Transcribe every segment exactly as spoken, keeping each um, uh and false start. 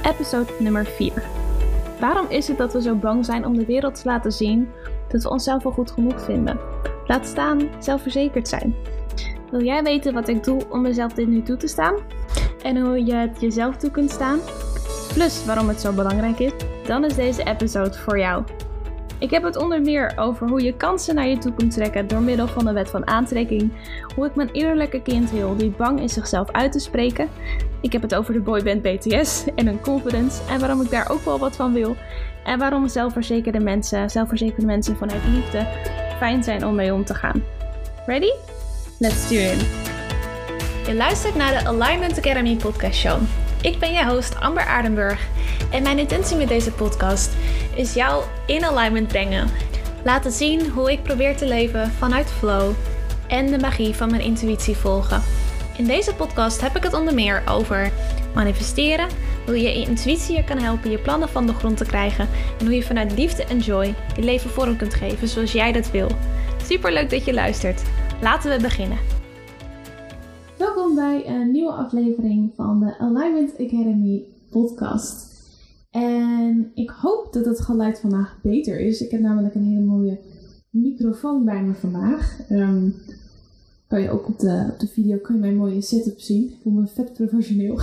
episode nummer vier. Waarom is het dat we zo bang zijn om de wereld te laten zien dat we onszelf al goed genoeg vinden? Laat staan zelfverzekerd zijn. Wil jij weten wat ik doe om mezelf dit nu toe te staan? En hoe je het jezelf toe kunt staan? Plus waarom het zo belangrijk is? Dan is deze episode voor jou. Ik heb het onder meer over hoe je kansen naar je toe kunt trekken door middel van de wet van aantrekking. Hoe ik mijn innerlijke kind heel die bang is zichzelf uit te spreken. Ik heb het over de boyband B T S en hun confidence en waarom ik daar ook wel wat van wil. En waarom zelfverzekerde mensen, zelfverzekerde mensen vanuit liefde fijn zijn om mee om te gaan. Ready? Let's tune in. Je luistert naar de Alignment Academy podcast show. Ik ben je host Amber Aardenburg en mijn intentie met deze podcast is jou in alignment brengen. Laten zien hoe ik probeer te leven vanuit flow en de magie van mijn intuïtie volgen. In deze podcast heb ik het onder meer over manifesteren, hoe je intuïtie je kan helpen je plannen van de grond te krijgen en hoe je vanuit liefde en joy je leven vorm kunt geven zoals jij dat wil. Super leuk dat je luistert. Laten we beginnen. Welkom bij een nieuwe aflevering van de Alignment Academy podcast. En ik hoop dat het geluid vandaag beter is. Ik heb namelijk een hele mooie microfoon bij me vandaag. Um, kan je ook op de, op de video kun je mijn mooie setup zien. Ik voel me vet professioneel.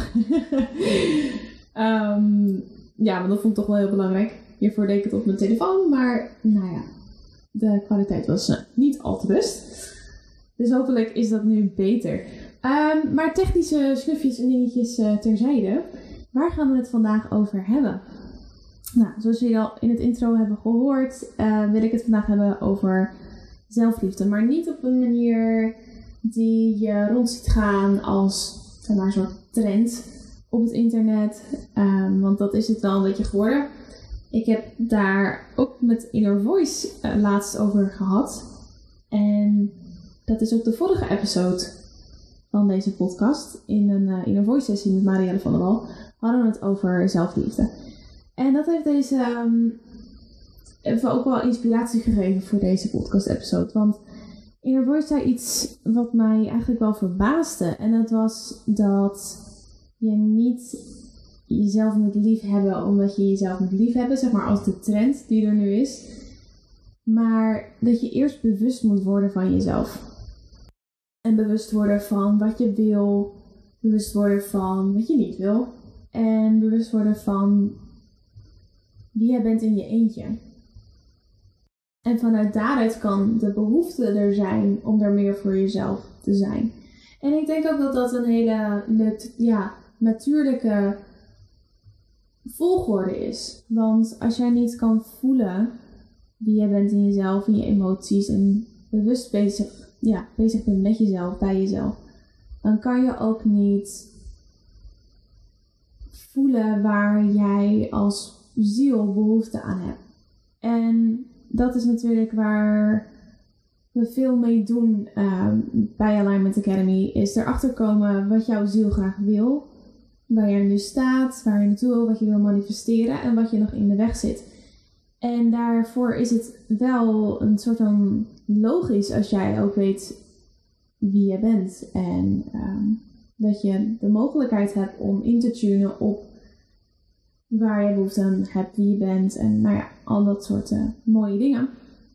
um, ja, maar dat vond ik toch wel heel belangrijk. Hiervoor deed ik het op mijn telefoon. Maar nou ja, de kwaliteit was uh, niet al te best. Dus hopelijk is dat nu beter. Um, maar technische snufjes en dingetjes uh, terzijde. Waar gaan we het vandaag over hebben? Nou, zoals jullie al in het intro hebben gehoord, uh, wil ik het vandaag hebben over zelfliefde. Maar niet op een manier die je rond ziet gaan als zeg maar, een soort trend op het internet. Um, want dat is het wel een beetje geworden. Ik heb daar ook met Inner Voice uh, laatst over gehad. En dat is ook de vorige episode van deze podcast. In een uh, Inner Voice sessie met Marielle van der Wal hadden we het over zelfliefde. En dat heeft deze um, even ook wel inspiratie gegeven voor deze podcast episode. Want Inner Voice zei iets wat mij eigenlijk wel verbaasde. En dat was dat je niet jezelf moet liefhebben omdat je jezelf moet liefhebben. Zeg maar als de trend die er nu is. Maar dat je eerst bewust moet worden van jezelf. En bewust worden van wat je wil. Bewust worden van wat je niet wil. En bewust worden van wie jij bent in je eentje. En vanuit daaruit kan de behoefte er zijn om er meer voor jezelf te zijn. En ik denk ook dat dat een hele ja, natuurlijke volgorde is. Want als jij niet kan voelen wie jij bent in jezelf, in je emoties en bewust bezig, ja, bezig bent met jezelf, bij jezelf, dan kan je ook niet voelen waar jij als ziel behoefte aan hebt. En dat is natuurlijk waar we veel mee doen um, bij Alignment Academy, is erachter komen wat jouw ziel graag wil, waar je nu staat, waar je naartoe wil, wat je wil manifesteren en wat je nog in de weg zit. En daarvoor is het wel een soort van logisch als jij ook weet wie je bent. En um, dat je de mogelijkheid hebt om in te tunen op waar je behoefte aan hebt, wie je bent. En nou ja, al dat soort uh, mooie dingen.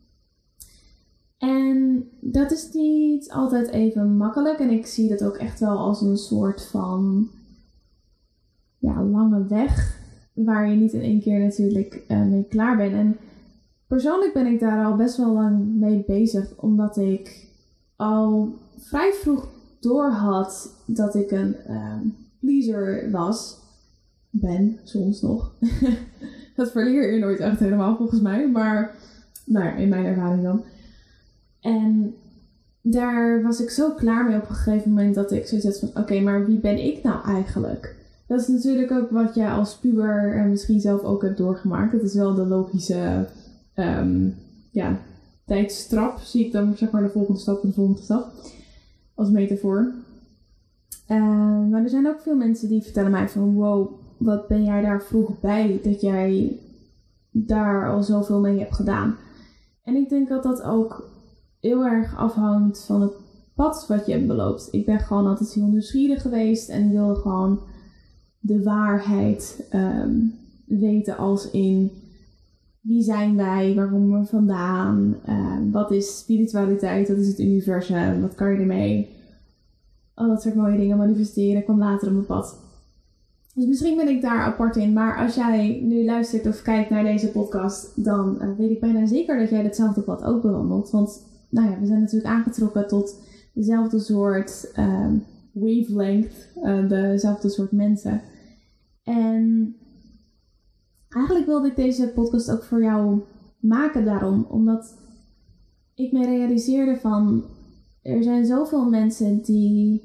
En dat is niet altijd even makkelijk. En ik zie dat ook echt wel als een soort van ja, lange weg. Waar je niet in één keer natuurlijk uh, mee klaar bent. En persoonlijk ben ik daar al best wel lang mee bezig. Omdat ik al vrij vroeg door had dat ik een uh, pleaser was. Ben, soms nog. Dat verleer je nooit echt helemaal volgens mij. Maar nou ja, in mijn ervaring dan. En daar was ik zo klaar mee op een gegeven moment dat ik zoiets had van oké, okay, maar wie ben ik nou eigenlijk? Dat is natuurlijk ook wat jij als puber en misschien zelf ook hebt doorgemaakt. Dat is wel de logische um, ja, tijdstrap. Zie ik dan zeg maar de volgende stap en de volgende stap. Als metafoor. Uh, maar er zijn ook veel mensen die vertellen mij van wow, wat ben jij daar vroeg bij dat jij daar al zoveel mee hebt gedaan. En ik denk dat dat ook heel erg afhangt van het pad wat je hebt beloofd. Ik ben gewoon altijd heel nieuwsgierig geweest en wilde gewoon de waarheid um, weten als in wie zijn wij, waar komen we vandaan, uh, wat is spiritualiteit, wat is het universum, wat kan je ermee, al dat soort mooie dingen manifesteren, kwam later op mijn pad. Dus misschien ben ik daar apart in, maar als jij nu luistert of kijkt naar deze podcast, dan uh, weet ik bijna zeker dat jij hetzelfde pad ook bewandelt. Want nou ja, we zijn natuurlijk aangetrokken tot dezelfde soort uh, wavelength, uh, dezelfde soort mensen. En eigenlijk wilde ik deze podcast ook voor jou maken daarom, omdat ik me realiseerde van, er zijn zoveel mensen die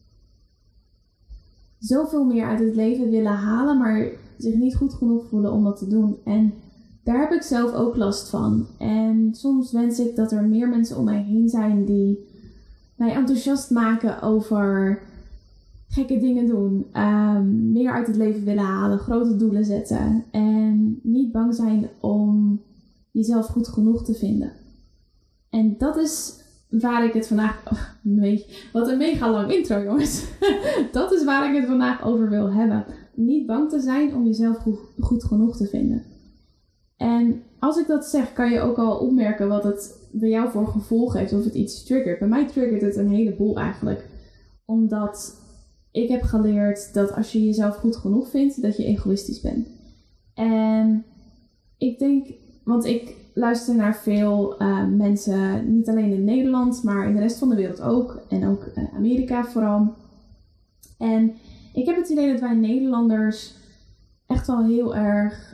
zoveel meer uit het leven willen halen, maar zich niet goed genoeg voelen om dat te doen. En daar heb ik zelf ook last van. En soms wens ik dat er meer mensen om mij heen zijn die mij enthousiast maken over gekke dingen doen. Um, meer uit het leven willen halen, grote doelen zetten. En niet bang zijn om jezelf goed genoeg te vinden. En dat is waar ik het vandaag... Oh, nee, wat een mega lang intro, jongens. Dat is waar ik het vandaag over wil hebben. Niet bang te zijn om jezelf goed, goed genoeg te vinden. En als ik dat zeg, kan je ook al opmerken wat het bij jou voor gevolg heeft. Of het iets triggert. Bij mij triggert het een heleboel eigenlijk. Omdat ik heb geleerd dat als je jezelf goed genoeg vindt, dat je egoïstisch bent. En ik denk, want ik luister naar veel uh, mensen, niet alleen in Nederland, maar in de rest van de wereld ook. En ook uh, Amerika vooral. En ik heb het idee dat wij Nederlanders echt wel heel erg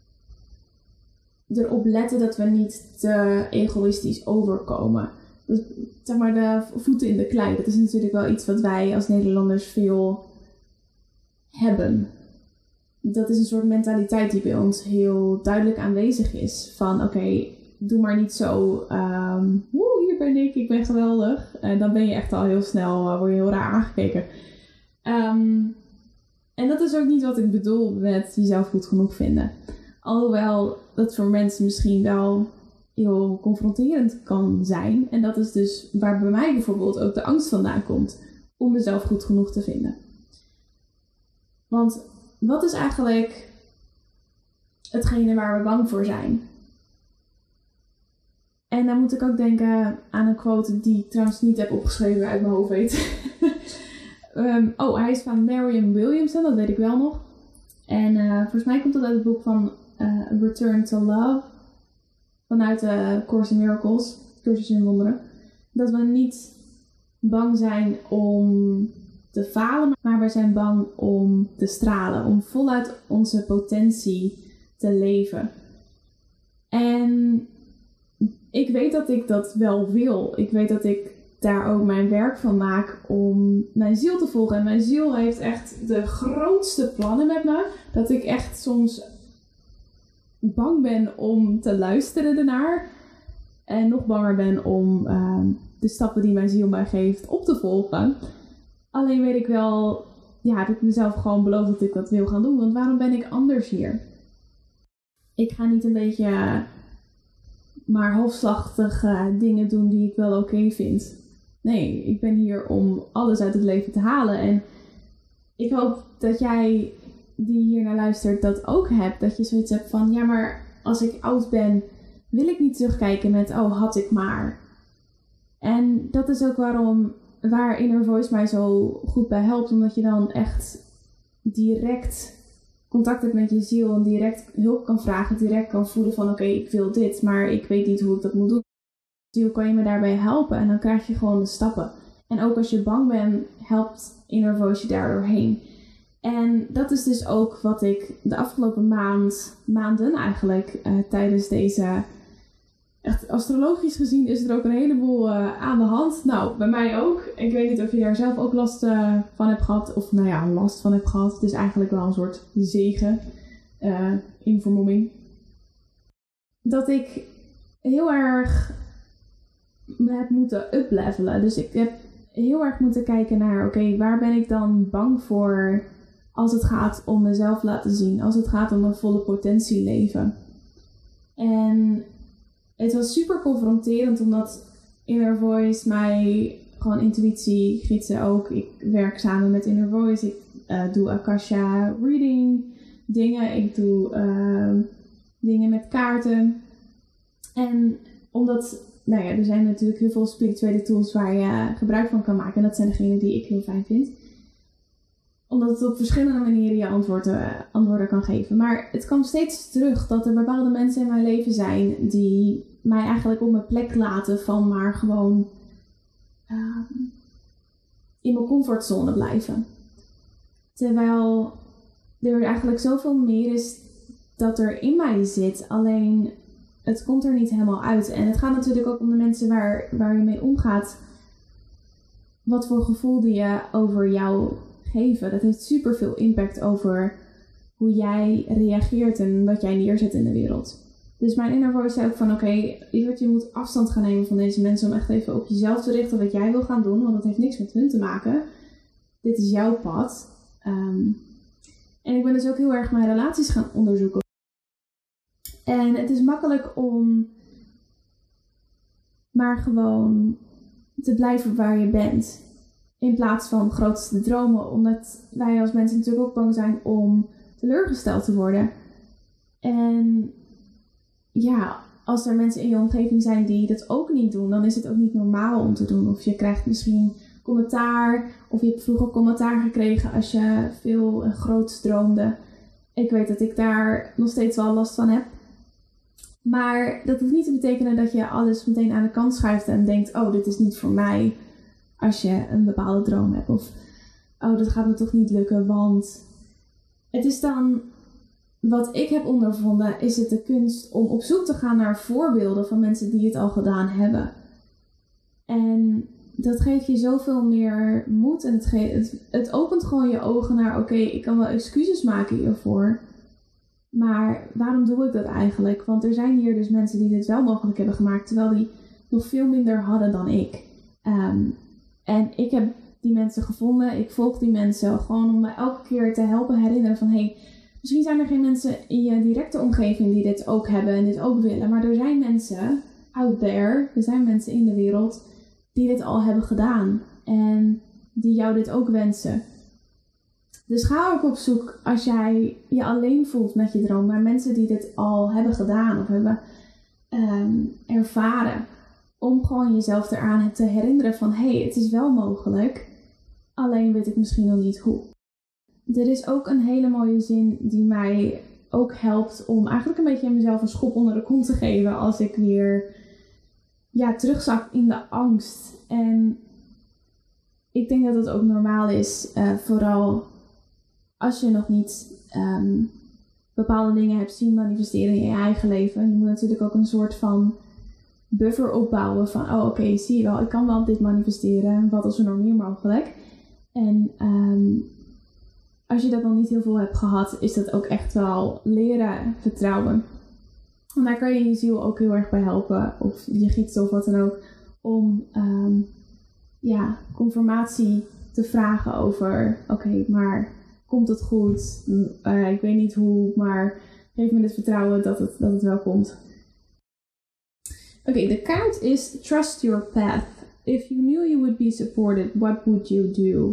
erop letten dat we niet te egoïstisch overkomen. Dus, zeg maar de voeten in de klei. Dat is natuurlijk wel iets wat wij als Nederlanders veel hebben. Dat is een soort mentaliteit die bij ons heel duidelijk aanwezig is. Van oké, okay, doe maar niet zo. Um, Woe, hier ben ik, ik ben geweldig. En dan ben je echt al heel snel, uh, word je heel raar aangekeken. Um, en dat is ook niet wat ik bedoel met jezelf goed genoeg vinden. Alhoewel dat voor mensen misschien wel heel confronterend kan zijn. En dat is dus waar bij mij bijvoorbeeld ook de angst vandaan komt. Om mezelf goed genoeg te vinden. Want wat is eigenlijk hetgene waar we bang voor zijn? En dan moet ik ook denken aan een quote die ik trouwens niet heb opgeschreven uit mijn hoofd weet. um, oh, hij is van Marianne Williamson, dat weet ik wel nog. En uh, volgens mij komt dat uit het boek van uh, Return to Love. Vanuit de uh, Course in Miracles, cursus in wonderen. Dat we niet bang zijn om te falen, maar we zijn bang om te stralen. Om voluit onze potentie te leven. En ik weet dat ik dat wel wil. Ik weet dat ik daar ook mijn werk van maak om mijn ziel te volgen. En mijn ziel heeft echt de grootste plannen met me. Dat ik echt soms bang ben om te luisteren ernaar. En nog banger ben om uh, de stappen die mijn ziel mij geeft op te volgen. Alleen weet ik wel, ja, heb ik mezelf gewoon beloofd dat ik dat wil gaan doen. Want waarom ben ik anders hier? Ik ga niet een beetje maar halfslachtige dingen doen die ik wel oké okay vind. Nee, ik ben hier om alles uit het leven te halen. En ik hoop dat jij die hier naar luistert dat ook hebt. Dat je zoiets hebt van, ja, maar als ik oud ben, wil ik niet terugkijken met, oh, had ik maar. En dat is ook waarom, waar Inner Voice mij zo goed bij helpt. Omdat je dan echt direct contact hebt met je ziel en direct hulp kan vragen. Direct kan voelen van, oké, okay, ik wil dit, maar ik weet niet hoe ik dat moet doen. Ziel kan je me daarbij helpen en dan krijg je gewoon de stappen. En ook als je bang bent, helpt Inner Voice je daar doorheen. En dat is dus ook wat ik de afgelopen maand, maanden eigenlijk, uh, tijdens deze, echt astrologisch gezien is er ook een heleboel uh, aan de hand. Nou, bij mij ook. Ik weet niet of je daar zelf ook last uh, van hebt gehad. Of nou ja, last van hebt gehad. Het is eigenlijk wel een soort zegen uh, in vermomming. Dat ik heel erg heb moeten uplevelen. Dus ik heb heel erg moeten kijken naar, oké, okay, waar ben ik dan bang voor als het gaat om mezelf laten zien. Als het gaat om een volle potentie leven. En het was super confronterend, omdat Inner Voice mij gewoon intuïtie gidsen ook. Ik werk samen met Inner Voice. Ik uh, doe Akasha reading dingen. Ik doe uh, dingen met kaarten. En omdat, nou ja, er zijn natuurlijk heel veel spirituele tools waar je gebruik van kan maken. En dat zijn degenen die ik heel fijn vind. Omdat het op verschillende manieren je antwoorden, antwoorden kan geven. Maar het kwam steeds terug dat er bepaalde mensen in mijn leven zijn die mij eigenlijk op mijn plek laten van maar gewoon uh, in mijn comfortzone blijven. Terwijl er eigenlijk zoveel meer is dat er in mij zit. Alleen het komt er niet helemaal uit. En het gaat natuurlijk ook om de mensen waar, waar je mee omgaat. Wat voor gevoel die je over jou geven. Dat heeft super veel impact over hoe jij reageert en wat jij neerzet in de wereld. Dus mijn inner voice zei ook van oké, okay, je moet afstand gaan nemen van deze mensen om echt even op jezelf te richten wat jij wil gaan doen, want dat heeft niks met hun te maken. Dit is jouw pad. Um, en ik ben dus ook heel erg mijn relaties gaan onderzoeken. En het is makkelijk om maar gewoon te blijven waar je bent. In plaats van grootste dromen. Omdat wij als mensen natuurlijk ook bang zijn om teleurgesteld te worden. En ja, als er mensen in je omgeving zijn die dat ook niet doen, dan is het ook niet normaal om te doen. Of je krijgt misschien commentaar. Of je hebt vroeger commentaar gekregen als je veel en groot droomde. Ik weet dat ik daar nog steeds wel last van heb. Maar dat hoeft niet te betekenen dat je alles meteen aan de kant schuift en denkt, oh, dit is niet voor mij. Als je een bepaalde droom hebt. Of, oh, dat gaat me toch niet lukken. Want het is dan, wat ik heb ondervonden, is het de kunst om op zoek te gaan naar voorbeelden van mensen die het al gedaan hebben. En dat geeft je zoveel meer moed. En het, ge- het, het opent gewoon je ogen naar, oké, okay, ik kan wel excuses maken hiervoor. Maar waarom doe ik dat eigenlijk? Want er zijn hier dus mensen die dit wel mogelijk hebben gemaakt. Terwijl die nog veel minder hadden dan ik. Um, En ik heb die mensen gevonden. Ik volg die mensen gewoon om me elke keer te helpen herinneren van hé, hey, misschien zijn er geen mensen in je directe omgeving die dit ook hebben en dit ook willen. Maar er zijn mensen out there, er zijn mensen in de wereld die dit al hebben gedaan. En die jou dit ook wensen. Dus ga ook op zoek als jij je alleen voelt met je droom naar mensen die dit al hebben gedaan of hebben um, ervaren. Om gewoon jezelf eraan te herinneren van hé, hey, het is wel mogelijk. Alleen weet ik misschien nog niet hoe. Er is ook een hele mooie zin die mij ook helpt om eigenlijk een beetje mezelf een schop onder de kont te geven als ik weer ja, terugzak in de angst. En ik denk dat het ook normaal is, uh, vooral als je nog niet um, bepaalde dingen hebt zien manifesteren in je eigen leven. Je moet natuurlijk ook een soort van buffer opbouwen van, oh oké, okay, zie je wel, ik kan wel dit manifesteren. Wat is er nog meer mogelijk? En um, als je dat nog niet heel veel hebt gehad, is dat ook echt wel leren vertrouwen. En daar kan je je ziel ook heel erg bij helpen, of je gids of wat dan ook, om um, ja, confirmatie te vragen over, oké, okay, maar komt het goed? Uh, ik weet niet hoe, maar geef me het vertrouwen dat het, dat het wel komt. Oké, okay, de kaart is Trust Your Path. If you knew you would be supported, what would you do?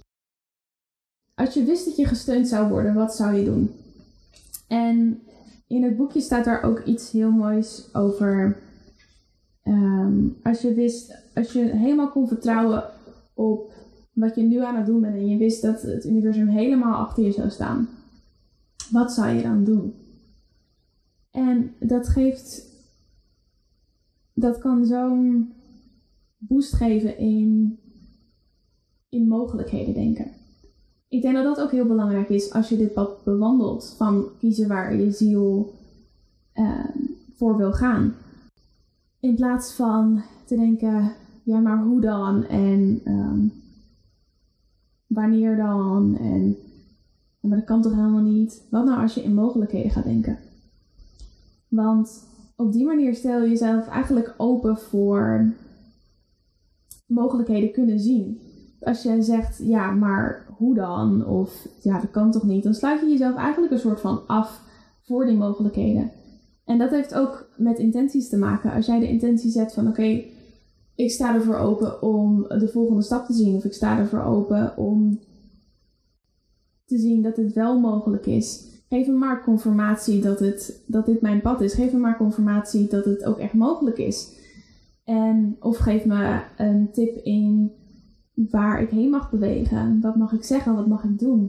Als je wist dat je gesteund zou worden, wat zou je doen? En in het boekje staat daar ook iets heel moois over. Um, als je wist, als je helemaal kon vertrouwen op wat je nu aan het doen bent en je wist dat het universum helemaal achter je zou staan, wat zou je dan doen? En dat geeft, dat kan zo'n boost geven in, in mogelijkheden denken. Ik denk dat dat ook heel belangrijk is als je dit pad bewandelt, van kiezen waar je ziel uh, voor wil gaan. In plaats van te denken, ja maar hoe dan en um, wanneer dan en maar dat kan toch helemaal niet. Wat nou als je in mogelijkheden gaat denken? Want op die manier stel je jezelf eigenlijk open voor mogelijkheden kunnen zien. Als je zegt, ja, maar hoe dan? Of ja, dat kan toch niet? Dan sluit je jezelf eigenlijk een soort van af voor die mogelijkheden. En dat heeft ook met intenties te maken. Als jij de intentie zet van, oké, okay, ik sta ervoor open om de volgende stap te zien. Of ik sta ervoor open om te zien dat het wel mogelijk is. Geef me maar confirmatie dat, het, dat dit mijn pad is. Geef me maar confirmatie dat het ook echt mogelijk is. En, of geef me een tip in waar ik heen mag bewegen. Wat mag ik zeggen? Wat mag ik doen?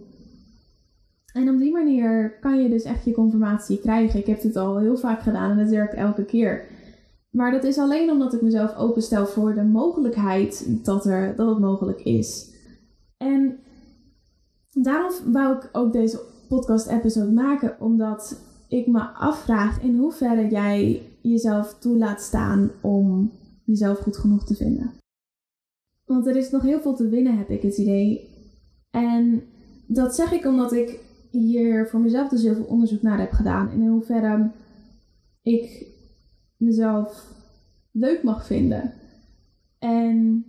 En op die manier kan je dus echt je confirmatie krijgen. Ik heb dit al heel vaak gedaan en dat werkt elke keer. Maar dat is alleen omdat ik mezelf openstel voor de mogelijkheid dat, er, dat het mogelijk is. En daarom wou ik ook deze podcast-episode maken, omdat ik me afvraag in hoeverre jij jezelf toe laat staan om jezelf goed genoeg te vinden. Want er is nog heel veel te winnen, heb ik het idee. En dat zeg ik omdat ik hier voor mezelf dus heel veel onderzoek naar heb gedaan. En in hoeverre ik mezelf leuk mag vinden. En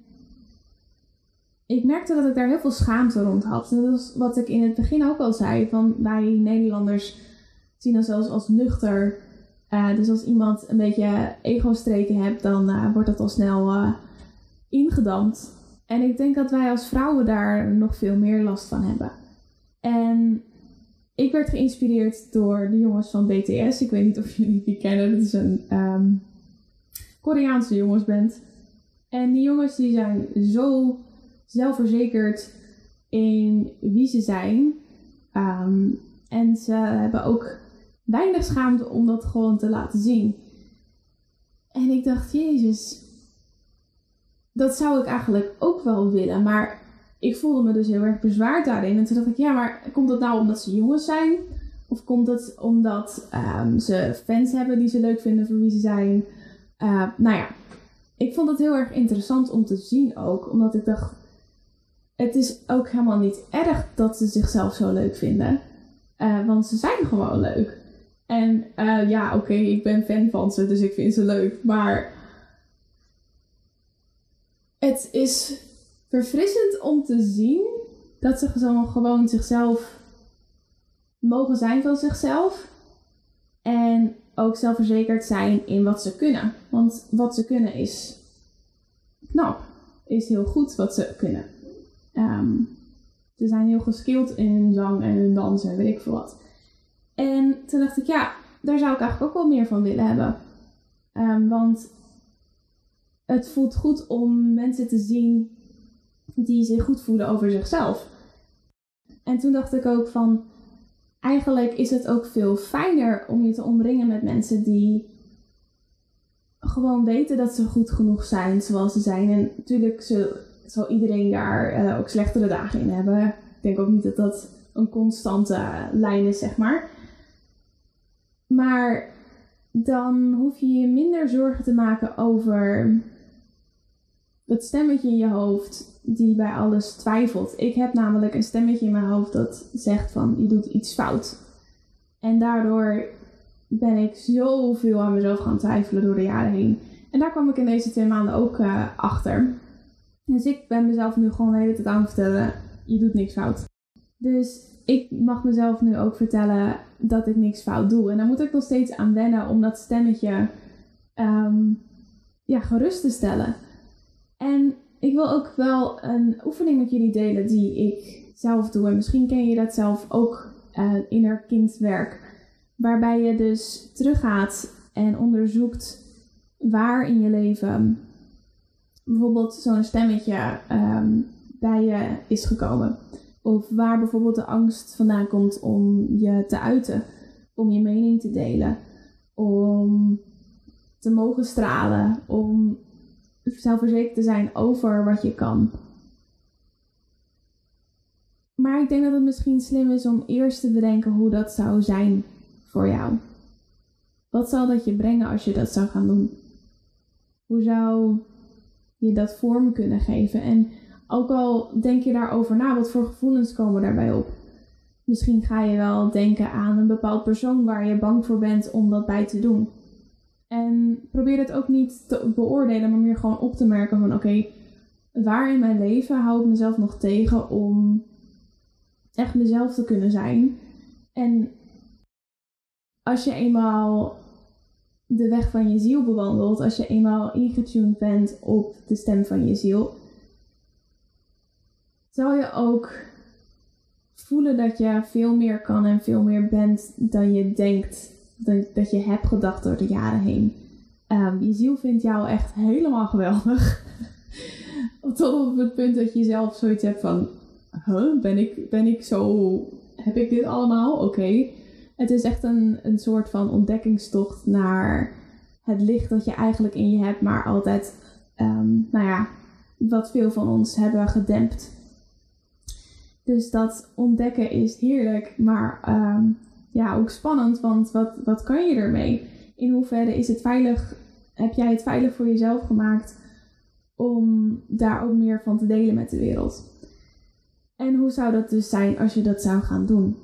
ik merkte dat ik daar heel veel schaamte rond had. En dat is wat ik in het begin ook al zei. Van wij Nederlanders zien ons zelfs als nuchter. Uh, dus als iemand een beetje ego-streken hebt, dan uh, wordt dat al snel uh, ingedampt. En ik denk dat wij als vrouwen daar nog veel meer last van hebben. En ik werd geïnspireerd door de jongens van B T S. Ik weet niet of jullie die kennen. Dat is een um, Koreaanse jongensband. En die jongens die zijn zo zelfverzekerd in wie ze zijn. Um, en ze hebben ook weinig schaamte om dat gewoon te laten zien. En ik dacht, Jezus, dat zou ik eigenlijk ook wel willen. Maar ik voelde me dus heel erg bezwaard daarin. En toen dacht ik, ja, maar komt dat nou omdat ze jongens zijn? Of komt het omdat um, ze fans hebben die ze leuk vinden voor wie ze zijn? Uh, nou ja, ik vond het heel erg interessant om te zien ook. Omdat ik dacht, het is ook helemaal niet erg dat ze zichzelf zo leuk vinden. Uh, want ze zijn gewoon leuk. En uh, ja, oké, okay, ik ben fan van ze, dus ik vind ze leuk. Maar het is verfrissend om te zien dat ze gewoon, gewoon zichzelf mogen zijn van zichzelf. En ook zelfverzekerd zijn in wat ze kunnen. Want wat ze kunnen is knap. Is heel goed wat ze kunnen. Um, ze zijn heel geskilled in zang en in dans en weet ik veel wat. En toen dacht ik, ja, daar zou ik eigenlijk ook wel meer van willen hebben. Um, want het voelt goed om mensen te zien die zich goed voelen over zichzelf. En toen dacht ik ook van, eigenlijk is het ook veel fijner om je te omringen met mensen die gewoon weten dat ze goed genoeg zijn zoals ze zijn. En natuurlijk zal iedereen daar uh, ook slechtere dagen in hebben. Ik denk ook niet dat dat een constante lijn is, zeg maar. Maar dan hoef je je minder zorgen te maken over dat stemmetje in je hoofd die bij alles twijfelt. Ik heb namelijk een stemmetje in mijn hoofd dat zegt van, je doet iets fout. En daardoor ben ik zoveel aan mezelf gaan twijfelen door de jaren heen. En daar kwam ik in deze twee maanden ook uh, achter. Dus ik ben mezelf nu gewoon de hele tijd aan het vertellen, je doet niks fout. Dus ik mag mezelf nu ook vertellen dat ik niks fout doe. En daar moet ik nog steeds aan wennen om dat stemmetje um, ja, gerust te stellen. En ik wil ook wel een oefening met jullie delen die ik zelf doe. En misschien ken je dat zelf ook, uh, inner kindwerk. Waarbij je dus teruggaat en onderzoekt waar in je leven bijvoorbeeld zo'n stemmetje um, bij je is gekomen. Of waar bijvoorbeeld de angst vandaan komt om je te uiten. Om je mening te delen. Om te mogen stralen. Om zelfverzekerd te zijn over wat je kan. Maar ik denk dat het misschien slim is om eerst te bedenken hoe dat zou zijn voor jou. Wat zal dat je brengen als je dat zou gaan doen? Hoe zou je dat vorm kunnen geven? En ook al denk je daarover na, wat voor gevoelens komen daarbij op? Misschien ga je wel denken aan een bepaald persoon waar je bang voor bent om dat bij te doen. En probeer het ook niet te beoordelen, maar meer gewoon op te merken van oké, okay, waar in mijn leven hou ik mezelf nog tegen om echt mezelf te kunnen zijn? En als je eenmaal de weg van je ziel bewandelt, als je eenmaal ingetuned bent op de stem van je ziel, zal je ook voelen dat je veel meer kan en veel meer bent dan je denkt dat, dat je hebt gedacht door de jaren heen. Um, je ziel vindt jou echt helemaal geweldig. Tot op het punt dat je zelf zoiets hebt van, huh, ben ik, ben ik zo, heb ik dit allemaal? Oké. Okay. Het is echt een, een soort van ontdekkingstocht naar het licht dat je eigenlijk in je hebt, maar altijd, um, nou ja, wat veel van ons hebben gedempt. Dus dat ontdekken is heerlijk, maar um, ja, ook spannend, want wat, wat kan je ermee? In hoeverre is het veilig, heb jij het veilig voor jezelf gemaakt om daar ook meer van te delen met de wereld? En hoe zou dat dus zijn als je dat zou gaan doen?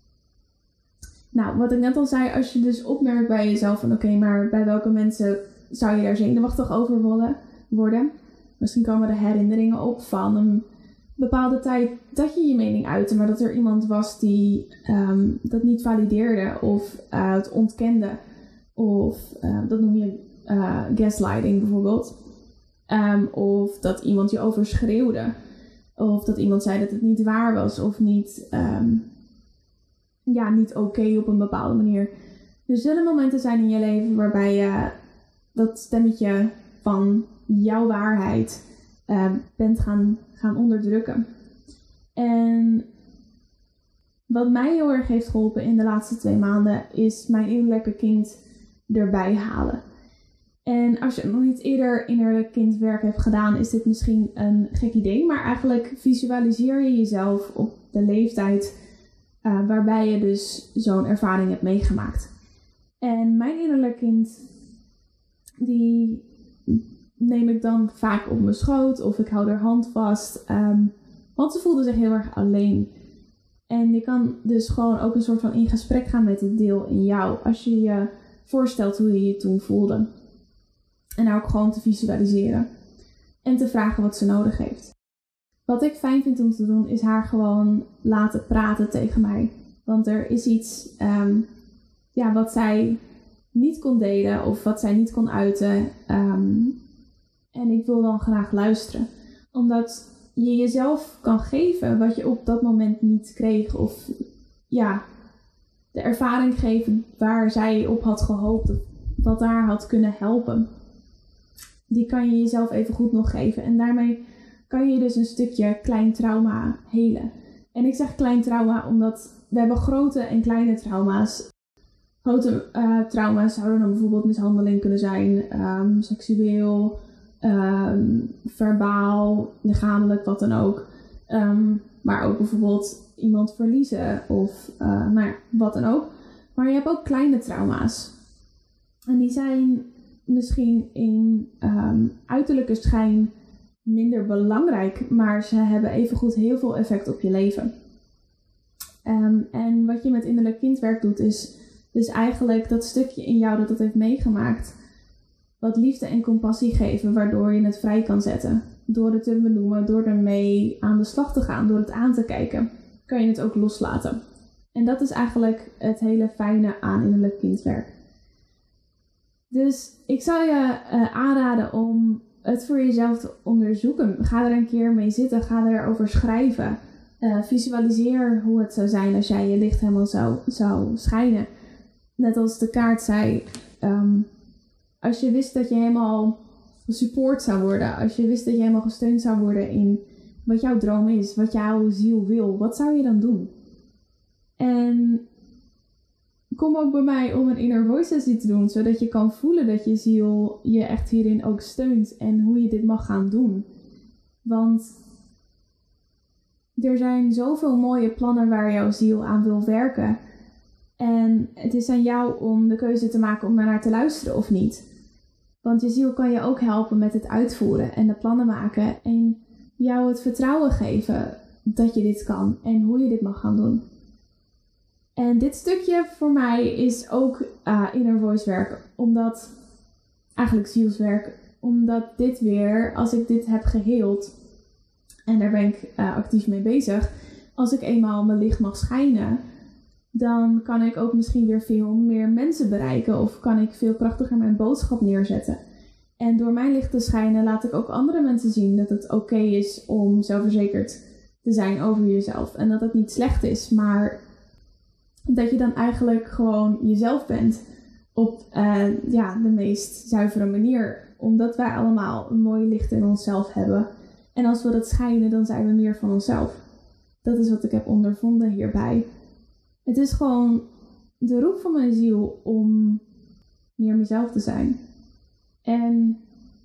Nou, wat ik net al zei, als je dus opmerkt bij jezelf van oké, okay, maar bij welke mensen zou je daar zenuwachtig over worden? Misschien komen er herinneringen op van een bepaalde tijd dat je je mening uitte, maar dat er iemand was die um, dat niet valideerde of uh, het ontkende. Of uh, dat noem je uh, gaslighting bijvoorbeeld. Um, of dat iemand je overschreeuwde. Of dat iemand zei dat het niet waar was of niet, um, ja, niet oké okay op een bepaalde manier. Er zullen momenten zijn in je leven waarbij je dat stemmetje van jouw waarheid uh, bent gaan, gaan onderdrukken. En wat mij heel erg heeft geholpen in de laatste twee maanden is mijn innerlijke kind erbij halen. En als je nog niet eerder innerlijk kindwerk hebt gedaan, is dit misschien een gek idee. Maar eigenlijk visualiseer je jezelf op de leeftijd uh, waarbij je dus zo'n ervaring hebt meegemaakt. En mijn innerlijk kind, die neem ik dan vaak op mijn schoot of ik hou haar hand vast. Um, want ze voelde zich heel erg alleen. En je kan dus gewoon ook een soort van in gesprek gaan met het deel in jou. Als je je voorstelt hoe je je toen voelde. En ook gewoon te visualiseren. En te vragen wat ze nodig heeft. Wat ik fijn vind om te doen is haar gewoon laten praten tegen mij. Want er is iets um, ja, wat zij niet kon delen of wat zij niet kon uiten. Um, en ik wil dan graag luisteren. Omdat je jezelf kan geven wat je op dat moment niet kreeg. Of ja, de ervaring geven waar zij op had gehoopt. Of wat haar had kunnen helpen. Die kan je jezelf even goed nog geven. En daarmee kan je dus een stukje klein trauma helen. En ik zeg klein trauma omdat we hebben grote en kleine trauma's. Grote uh, trauma's zouden dan bijvoorbeeld mishandeling kunnen zijn. Um, seksueel, um, verbaal, lichamelijk, wat dan ook. Um, maar ook bijvoorbeeld iemand verliezen of uh, nou ja, wat dan ook. Maar je hebt ook kleine trauma's. En die zijn misschien in um, uiterlijke schijn minder belangrijk, maar ze hebben evengoed heel veel effect op je leven. Um, en wat je met innerlijk kindwerk doet, is dus eigenlijk dat stukje in jou dat het heeft meegemaakt, wat liefde en compassie geven, waardoor je het vrij kan zetten. Door het te benoemen, door ermee aan de slag te gaan, door het aan te kijken, kan je het ook loslaten. En dat is eigenlijk het hele fijne aan innerlijk kindwerk. Dus ik zou je uh, aanraden om het voor jezelf te onderzoeken. Ga er een keer mee zitten, ga erover schrijven. Uh, visualiseer hoe het zou zijn als jij je licht helemaal zou, zou schijnen. Net als de kaart zei, um, als je wist dat je helemaal gesupport zou worden, als je wist dat je helemaal gesteund zou worden in wat jouw droom is, wat jouw ziel wil, wat zou je dan doen? En kom ook bij mij om een inner voice sessie te doen, zodat je kan voelen dat je ziel je echt hierin ook steunt en hoe je dit mag gaan doen. Want er zijn zoveel mooie plannen waar jouw ziel aan wil werken. En het is aan jou om de keuze te maken om daarnaar te luisteren of niet. Want je ziel kan je ook helpen met het uitvoeren en de plannen maken. En jou het vertrouwen geven dat je dit kan en hoe je dit mag gaan doen. En dit stukje voor mij is ook uh, inner voice werk. Omdat, eigenlijk zielswerk. Omdat dit weer, als ik dit heb geheeld. En daar ben ik uh, actief mee bezig. Als ik eenmaal mijn licht mag schijnen. Dan kan ik ook misschien weer veel meer mensen bereiken. Of kan ik veel krachtiger mijn boodschap neerzetten. En door mijn licht te schijnen laat ik ook andere mensen zien dat het oké is om zelfverzekerd te zijn over jezelf. En dat het niet slecht is, maar dat je dan eigenlijk gewoon jezelf bent op uh, ja, de meest zuivere manier. Omdat wij allemaal een mooi licht in onszelf hebben. En als we dat schijnen, dan zijn we meer van onszelf. Dat is wat ik heb ondervonden hierbij. Het is gewoon de roep van mijn ziel om meer mezelf te zijn. En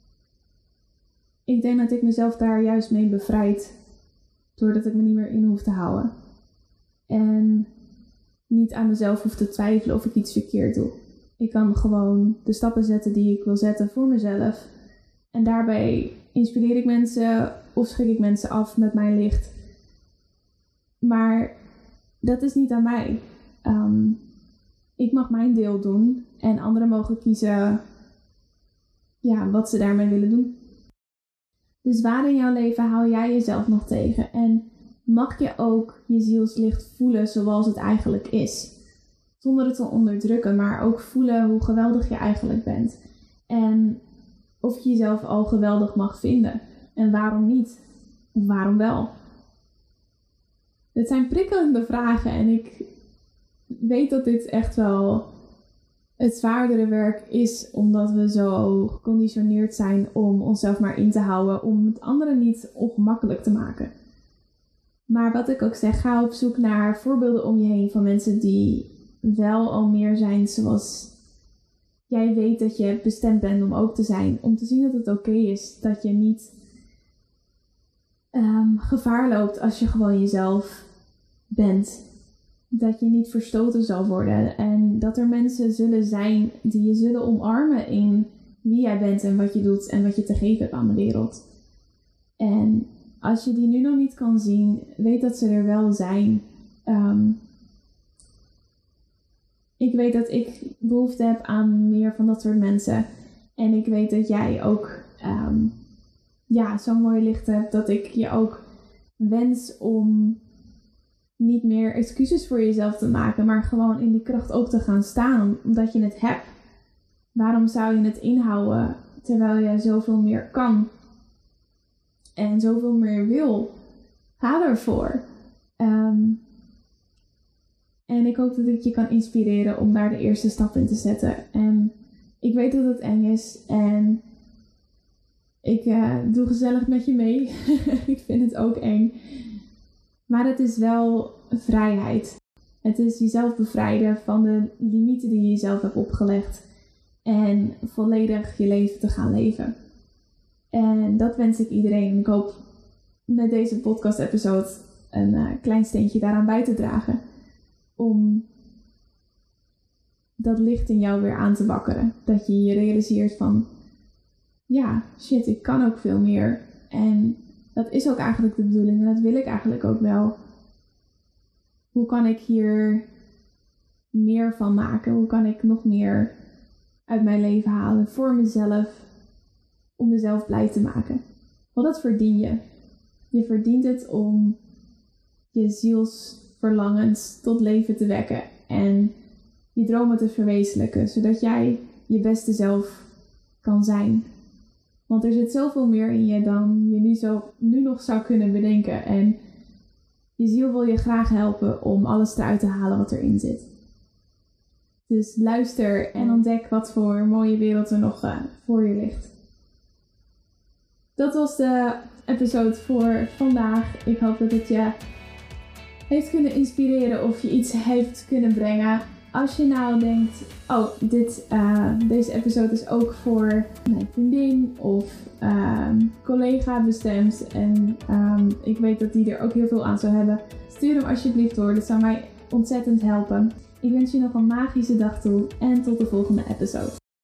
ik denk dat ik mezelf daar juist mee bevrijd. Doordat ik me niet meer in hoef te houden. En niet aan mezelf hoef te twijfelen of ik iets verkeerd doe. Ik kan gewoon de stappen zetten die ik wil zetten voor mezelf. En daarbij inspireer ik mensen of schrik ik mensen af met mijn licht. Maar dat is niet aan mij. Um, ik mag mijn deel doen en anderen mogen kiezen ja, wat ze daarmee willen doen. Dus waar in jouw leven hou jij jezelf nog tegen? En mag je ook je zielslicht voelen zoals het eigenlijk is? Zonder het te onderdrukken, maar ook voelen hoe geweldig je eigenlijk bent. En of je jezelf al geweldig mag vinden. En waarom niet? Of waarom wel? Het zijn prikkelende vragen en ik weet dat dit echt wel het zwaardere werk is, omdat we zo geconditioneerd zijn om onszelf maar in te houden, om het anderen niet ongemakkelijk te maken. Maar wat ik ook zeg, ga op zoek naar voorbeelden om je heen van mensen die wel al meer zijn zoals jij weet dat je bestemd bent om ook te zijn. Om te zien dat het oké is, dat je niet um, gevaar loopt als je gewoon jezelf bent. Dat je niet verstoten zal worden. En dat er mensen zullen zijn die je zullen omarmen in wie jij bent en wat je doet en wat je te geven hebt aan de wereld. En als je die nu nog niet kan zien, weet dat ze er wel zijn. Um, ik weet dat ik behoefte heb aan meer van dat soort mensen. En ik weet dat jij ook um, ja, zo'n mooi licht hebt dat ik je ook wens om niet meer excuses voor jezelf te maken, maar gewoon in die kracht ook te gaan staan, omdat je het hebt. Waarom zou je het inhouden, terwijl je zoveel meer kan en zoveel meer wil? Ga ervoor. Um, en ik hoop dat ik je kan inspireren om daar de eerste stap in te zetten. En ik weet dat het eng is en ik uh, doe gezellig met je mee. Ik vind het ook eng. Maar het is wel vrijheid. Het is jezelf bevrijden van de limieten die je jezelf hebt opgelegd. En volledig je leven te gaan leven. En dat wens ik iedereen. En ik hoop met deze podcast episode een uh, klein steentje daaraan bij te dragen. Om dat licht in jou weer aan te wakkeren. Dat je je realiseert van, ja, shit, ik kan ook veel meer. En dat is ook eigenlijk de bedoeling. En dat wil ik eigenlijk ook wel. Hoe kan ik hier meer van maken? Hoe kan ik nog meer uit mijn leven halen voor mezelf? Om mezelf blij te maken. Want dat verdien je. Je verdient het om je zielsverlangens tot leven te wekken. En je dromen te verwezenlijken. Zodat jij je beste zelf kan zijn. Want er zit zoveel meer in je dan je nu, zo, nu nog zou kunnen bedenken. En je ziel wil je graag helpen om alles eruit te halen wat erin zit. Dus luister en ontdek wat voor mooie wereld er nog uh, voor je ligt. Dat was de episode voor vandaag. Ik hoop dat het je heeft kunnen inspireren of je iets heeft kunnen brengen. Als je nou denkt, oh, dit, uh, deze episode is ook voor mijn vriendin of uh, collega bestemd. En um, ik weet dat die er ook heel veel aan zou hebben. Stuur hem alsjeblieft door, dat zou mij ontzettend helpen. Ik wens je nog een magische dag toe en tot de volgende episode.